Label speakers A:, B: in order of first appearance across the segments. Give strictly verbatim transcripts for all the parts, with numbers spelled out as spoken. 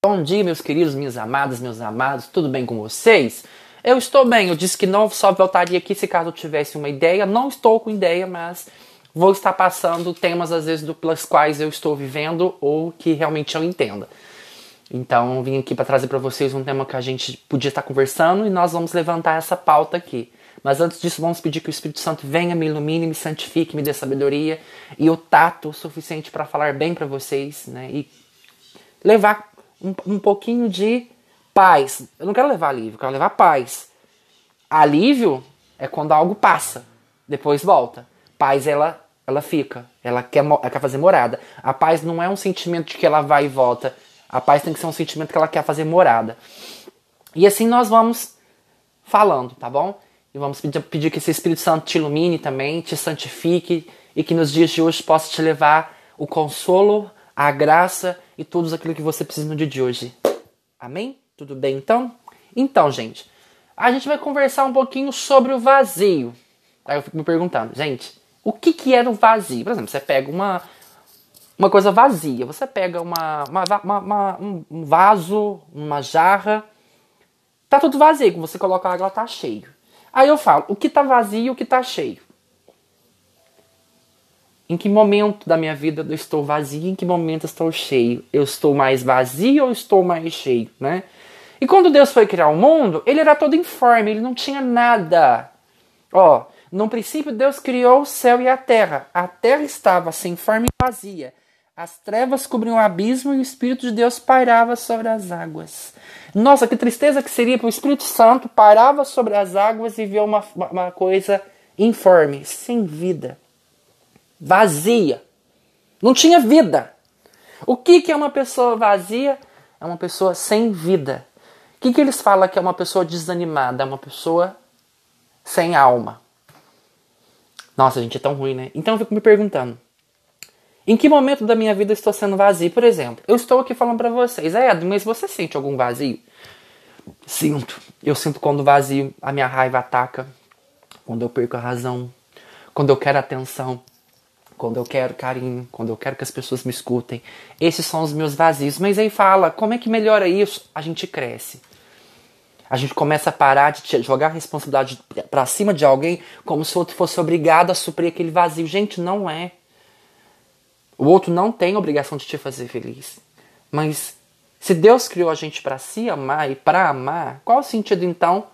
A: Bom dia, meus queridos, minhas amadas, meus amados, tudo bem com vocês? Eu estou bem, eu disse que não só voltaria aqui se caso eu tivesse uma ideia, não estou com ideia, mas vou estar passando temas às vezes do, pelas quais eu estou vivendo ou que realmente eu entenda. Então vim aqui para trazer para vocês um tema que a gente podia estar conversando e nós vamos levantar essa pauta aqui. Mas antes disso vamos pedir que o Espírito Santo venha, me ilumine, me santifique, me dê sabedoria e o tato suficiente para falar bem para vocês, né? E levar um, um pouquinho de paz. Eu não quero levar alívio, eu quero levar paz. Alívio é quando algo passa, depois volta. Paz, ela, ela fica, ela quer, ela quer fazer morada. A paz não é um sentimento de que ela vai e volta. A paz tem que ser um sentimento que ela quer fazer morada. E assim nós vamos falando, tá bom? E vamos pedir, pedir que esse Espírito Santo te ilumine também, te santifique e que nos dias de hoje possa te levar o consolo, a graça e tudo aquilo que você precisa no dia de hoje. Amém? Tudo bem então? Então, gente, a gente vai conversar um pouquinho sobre o vazio. Aí eu fico me perguntando, gente, o que que era o vazio? Por exemplo, você pega uma, uma coisa vazia, você pega uma, uma, uma, uma, um vaso, uma jarra, tá tudo vazio, quando você coloca a água, ela tá cheio. Aí eu falo, o que tá vazio e o que tá cheio? Em que momento da minha vida eu estou vazio, em que momento eu estou cheio? Eu estou mais vazio ou estou mais cheio, né? E quando Deus foi criar o mundo, ele era todo informe, ele não tinha nada. Ó, no princípio Deus criou o céu e a terra. A terra estava sem forma e vazia. As trevas cobriam o abismo e o Espírito de Deus pairava sobre as águas. Nossa, que tristeza que seria para o Espírito Santo pairava sobre as águas e ver uma, uma coisa informe, sem vida. Vazia. Não tinha vida. O que, que é uma pessoa vazia? É uma pessoa sem vida. O que, que eles falam que é uma pessoa desanimada? É uma pessoa sem alma. Nossa, gente, é tão ruim, né? Então eu fico me perguntando, em que momento da minha vida eu estou sendo vazio? Por exemplo, eu estou aqui falando pra vocês, é, Ed, mas você sente algum vazio? Sinto. Eu sinto quando o vazio, a minha raiva ataca, quando eu perco a razão, quando eu quero atenção, quando eu quero carinho, quando eu quero que as pessoas me escutem. Esses são os meus vazios. Mas aí fala, como é que melhora isso? A gente cresce. A gente começa a parar de jogar a responsabilidade pra cima de alguém como se o outro fosse obrigado a suprir aquele vazio. Gente, não é. O outro não tem obrigação de te fazer feliz. Mas se Deus criou a gente para se amar e para amar, qual o sentido então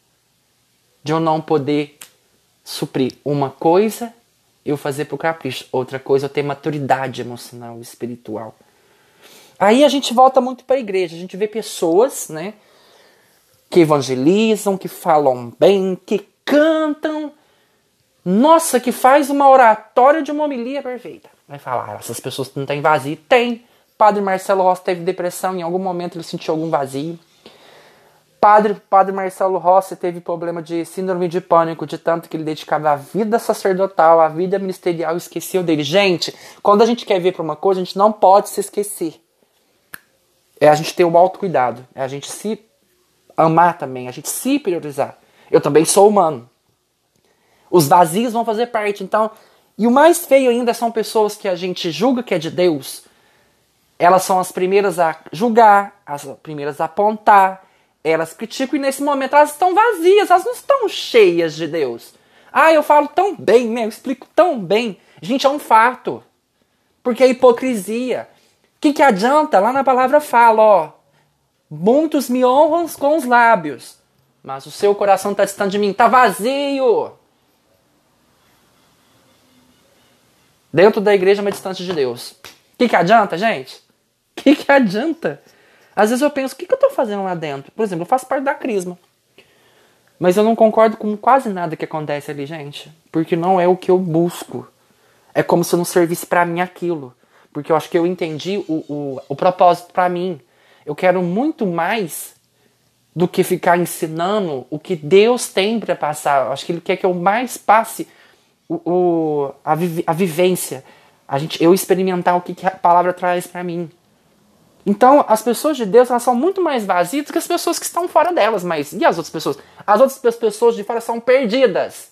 A: de eu não poder suprir uma coisa, eu fazer por capricho, outra coisa eu ter maturidade emocional e espiritual? Aí a gente volta muito para a igreja, a gente vê pessoas, né, que evangelizam, que falam bem, que cantam, nossa, que faz uma oratória de uma homilia perfeita. Vai falar, essas pessoas não têm vazio. Tem. Padre Marcelo Rossi teve depressão, em algum momento ele sentiu algum vazio. Padre, Padre Marcelo Rossi teve problema de síndrome de pânico, de tanto que ele dedicava a vida sacerdotal, a vida ministerial e esqueceu dele. Gente, quando a gente quer ver para uma coisa, a gente não pode se esquecer. É a gente ter o autocuidado, é a gente se amar também, a gente se priorizar. Eu também sou humano. Os vazios vão fazer parte, então. E o mais feio ainda são pessoas que a gente julga que é de Deus. Elas são as primeiras a julgar, as primeiras a apontar. Elas criticam e nesse momento elas estão vazias, elas não estão cheias de Deus. Ah, eu falo tão bem, né? Eu explico tão bem. Gente, é um fato. Porque é hipocrisia. O que, que adianta? Lá na palavra fala, ó. Muitos me honram com os lábios, mas o seu coração está distante de mim. Está vazio. Dentro da igreja, mas distante de Deus. O que, que adianta, gente? O que, que adianta? Às vezes eu penso, o que, que eu estou fazendo lá dentro? Por exemplo, eu faço parte da Crisma. Mas eu não concordo com quase nada que acontece ali, gente. Porque não é o que eu busco. É como se eu não servisse para mim aquilo. Porque eu acho que eu entendi o, o, o propósito para mim. Eu quero muito mais do que ficar ensinando o que Deus tem para passar. Eu acho que Ele quer que eu mais passe O, o, a, vi, a vivência, a gente, eu experimentar o que, que a palavra traz para mim. Então, as pessoas de Deus, elas são muito mais vazias do que as pessoas que estão fora delas. Mas e as outras pessoas? As outras pessoas de fora são perdidas.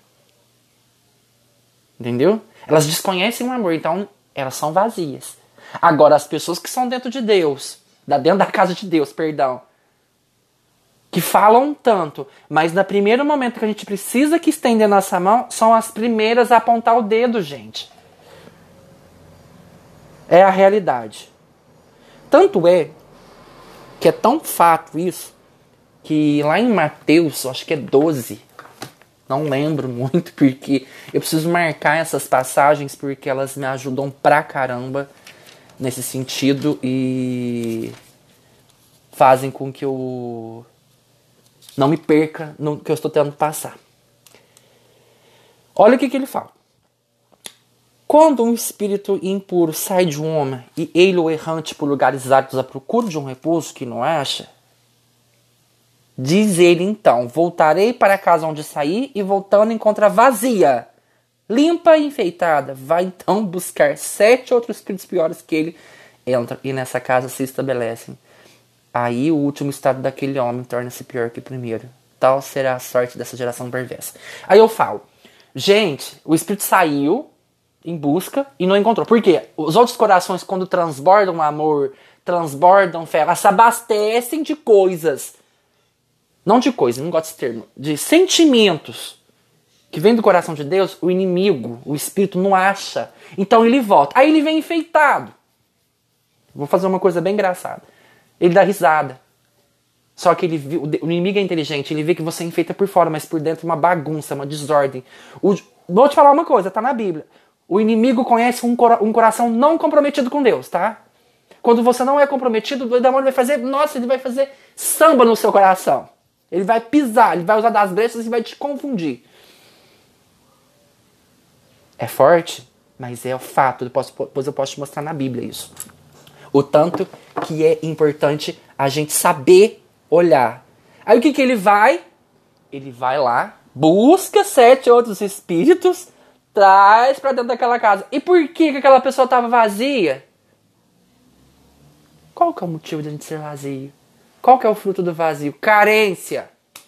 A: Entendeu? Elas desconhecem o amor, então elas são vazias. Agora, as pessoas que são dentro de Deus, da dentro da casa de Deus, perdão, que falam tanto, mas no primeiro momento que a gente precisa que estender nossa mão, são as primeiras a apontar o dedo, gente. É a realidade. Tanto é que é tão fato isso, que lá em Mateus, acho que é doze, não lembro muito, porque eu preciso marcar essas passagens, porque elas me ajudam pra caramba nesse sentido e fazem com que eu não me perca no que eu estou tentando passar. Olha o que, que ele fala. Quando um espírito impuro sai de um homem e ele o errante por lugares áridos à procura de um repouso que não acha, diz ele então, voltarei para a casa onde saí e voltando encontra vazia, limpa e enfeitada. Vai então buscar sete outros espíritos piores que ele, entra e nessa casa se estabelecem. Aí o último estado daquele homem torna-se pior que o primeiro. Tal será a sorte dessa geração perversa. Aí eu falo, gente, o espírito saiu em busca e não encontrou. Por quê? Os outros corações, quando transbordam amor, transbordam fé, elas se abastecem de coisas. Não de coisas, não gosto desse termo. De sentimentos que vem do coração de Deus, o inimigo, o espírito não acha. Então ele volta. Aí ele vem enfeitado. Vou fazer uma coisa bem engraçada. Ele dá risada. Só que ele viu, o inimigo é inteligente, ele vê que você enfeita por fora, mas por dentro é uma bagunça, uma desordem. O, vou te falar uma coisa, tá na Bíblia. O inimigo conhece um, cora, um coração não comprometido com Deus, tá? Quando você não é comprometido, o demônio vai fazer, nossa, ele vai fazer samba no seu coração. Ele vai pisar, ele vai usar das brechas e vai te confundir. É forte, mas é o fato, depois eu posso te mostrar na Bíblia isso. O tanto que é importante a gente saber olhar. Aí o que, que ele vai? Ele vai lá, busca sete outros espíritos, traz pra dentro daquela casa. E por que, que aquela pessoa estava vazia? Qual que é o motivo de a gente ser vazio? Qual que é o fruto do vazio? Carência.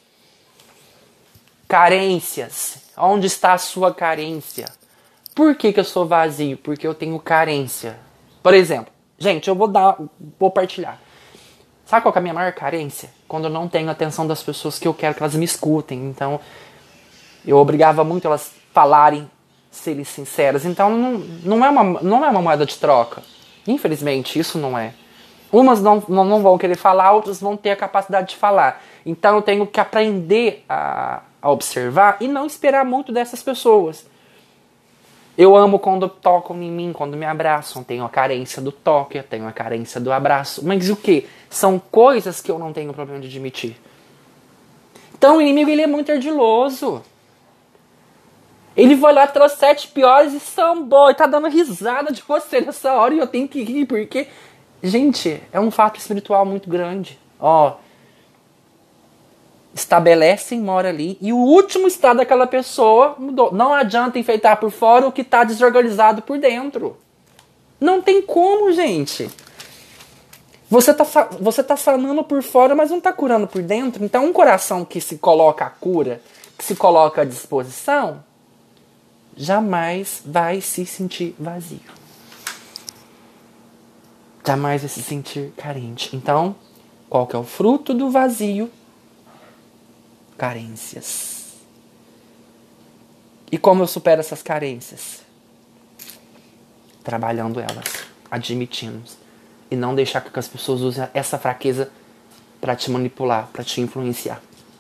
A: Carências. Onde está a sua carência? Por que, que eu sou vazio? Porque eu tenho carência. Por exemplo, gente, eu vou dar, vou partilhar. Sabe qual que é a minha maior carência? Quando eu não tenho a atenção das pessoas que eu quero que elas me escutem. Então, eu obrigava muito elas falarem, serem sinceras. Então, não, não, é, uma, não é uma moeda de troca. Infelizmente, isso não é. Umas não, não, não vão querer falar, outras vão ter a capacidade de falar. Então, eu tenho que aprender a, a observar e não esperar muito dessas pessoas. Eu amo quando tocam em mim, quando me abraçam. Tenho a carência do toque, tenho a carência do abraço. Mas o que? São coisas que eu não tenho problema de admitir. Então o inimigo ele é muito ardiloso. Ele vai lá, trouxe sete piores e sambou. E tá dando risada de você nessa hora. E eu tenho que rir porque, gente, é um fato espiritual muito grande. Ó, estabelecem, mora ali, e o último estado daquela pessoa mudou. Não adianta enfeitar por fora o que está desorganizado por dentro. Não tem como, gente. Você está você tá sanando por fora, mas não está curando por dentro. Então, um coração que se coloca à cura, que se coloca à disposição, jamais vai se sentir vazio. Jamais vai se sentir carente. Então, qual que é o fruto do vazio? Carências. E como eu supero essas carências? Trabalhando elas, admitindo. E não deixar que as pessoas usem essa fraqueza para te manipular, para te influenciar.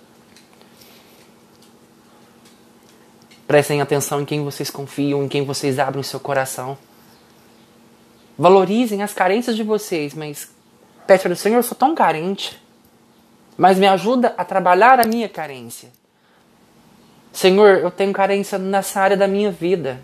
A: Prestem atenção em quem vocês confiam, em quem vocês abrem o seu coração. Valorizem as carências de vocês, mas pede para o Senhor, eu sou tão carente. Mas me ajuda a trabalhar a minha carência. Senhor, eu tenho carência nessa área da minha vida.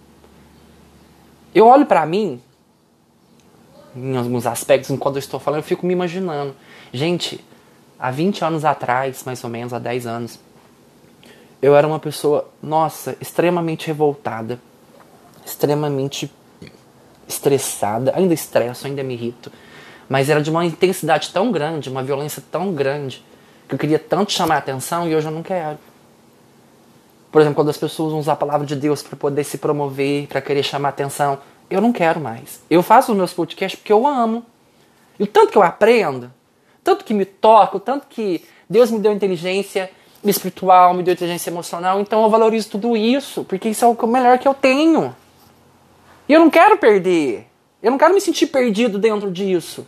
A: Eu olho para mim, em alguns aspectos, enquanto eu estou falando, eu fico me imaginando. Gente, há vinte anos atrás, mais ou menos, há dez anos, eu era uma pessoa, nossa, extremamente revoltada, extremamente estressada, ainda estresso, ainda me irrito. Mas era de uma intensidade tão grande, uma violência tão grande, que eu queria tanto chamar a atenção e hoje eu não quero. Por exemplo, quando as pessoas usam a palavra de Deus para poder se promover, para querer chamar a atenção, eu não quero mais. Eu faço os meus podcasts porque eu amo. E o tanto que eu aprendo, tanto que me toca, o tanto que Deus me deu inteligência espiritual, me deu inteligência emocional, então eu valorizo tudo isso, porque isso é o melhor que eu tenho. E eu não quero perder. Eu não quero me sentir perdido dentro disso.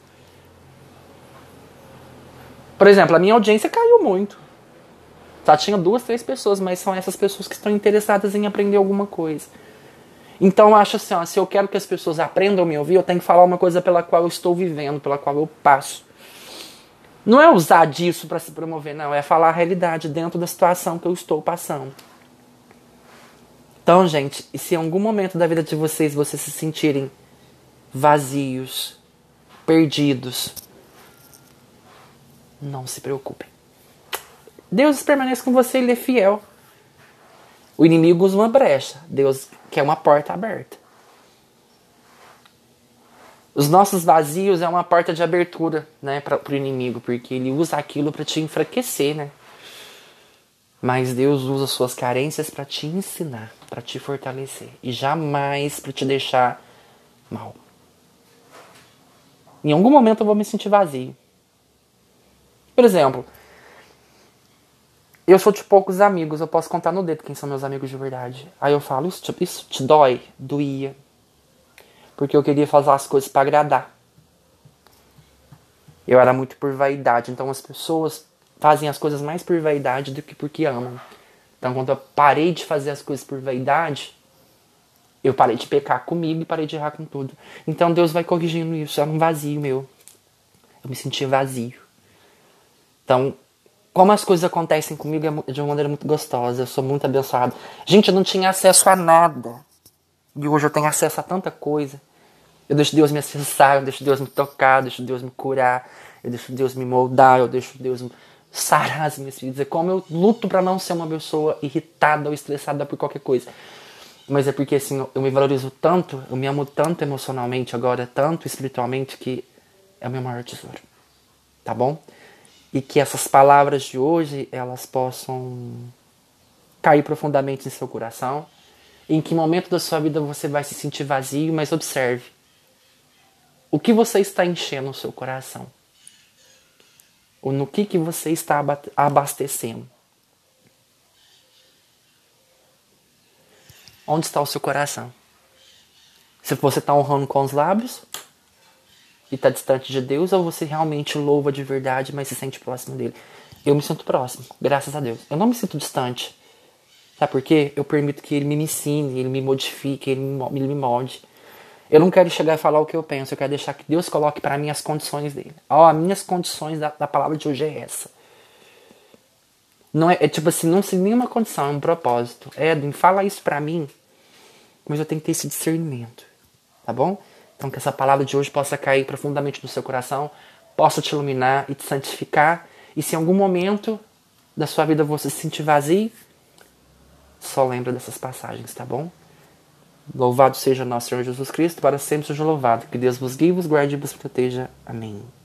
A: Por exemplo, a minha audiência caiu muito. Só tinha duas, três pessoas, mas são essas pessoas que estão interessadas em aprender alguma coisa. Então eu acho assim, ó, se eu quero que as pessoas aprendam a me ouvir, eu tenho que falar uma coisa pela qual eu estou vivendo, pela qual eu passo. Não é usar disso para se promover, não. É falar a realidade dentro da situação que eu estou passando. Então, gente, e se em algum momento da vida de vocês, vocês se sentirem vazios, perdidos, não se preocupem. Deus permanece com você, Ele é fiel. O inimigo usa uma brecha. Deus quer uma porta aberta. Os nossos vazios é uma porta de abertura, né, para o inimigo, porque ele usa aquilo para te enfraquecer, né? Mas Deus usa suas carências para te ensinar, para te fortalecer e jamais para te deixar mal. Em algum momento eu vou me sentir vazio. Por exemplo, eu sou de poucos amigos, eu posso contar no dedo quem são meus amigos de verdade. Aí eu falo, isso te, isso te dói? Doía. Porque eu queria fazer as coisas para agradar. Eu era muito por vaidade. Então as pessoas fazem as coisas mais por vaidade do que porque amam. Então quando eu parei de fazer as coisas por vaidade, eu parei de pecar comigo e parei de errar com tudo. Então Deus vai corrigindo isso. Era um vazio meu. Eu me sentia vazio. Então, como as coisas acontecem comigo é de uma maneira muito gostosa. Eu sou muito abençoado. Gente, eu não tinha acesso a nada. E hoje eu tenho acesso a tanta coisa. Eu deixo Deus me acessar, eu deixo Deus me tocar, eu deixo Deus me curar, eu deixo Deus me moldar, eu deixo Deus sarar as minhas feridas. É como eu luto para não ser uma pessoa irritada ou estressada por qualquer coisa. Mas é porque assim, eu me valorizo tanto, eu me amo tanto emocionalmente agora, tanto espiritualmente, que é o meu maior tesouro. Tá bom? E que essas palavras de hoje, elas possam cair profundamente em seu coração. Em que momento da sua vida você vai se sentir vazio, mas observe. O que você está enchendo o seu coração? Ou no que, que você está abastecendo? Onde está o seu coração? Se você está honrando com os lábios e está distante de Deus, ou você realmente louva de verdade, mas se sente próximo dele? Eu me sinto próximo, graças a Deus. Eu não me sinto distante. Sabe por quê? Eu permito que ele me ensine, ele me modifique, ele me molde. Eu não quero chegar e falar o que eu penso, eu quero deixar que Deus coloque para mim as condições dele. Ó, as minhas condições da, da palavra de hoje é essa. Não é, é tipo assim, não sei nenhuma condição, é um propósito. Edwin, fala isso para mim, mas eu tenho que ter esse discernimento, tá bom? Então que essa palavra de hoje possa cair profundamente no seu coração, possa te iluminar e te santificar. E se em algum momento da sua vida você se sentir vazio, só lembra dessas passagens, tá bom? Louvado seja nosso Senhor Jesus Cristo, para sempre seja louvado. Que Deus vos guie, vos guarde e vos proteja. Amém.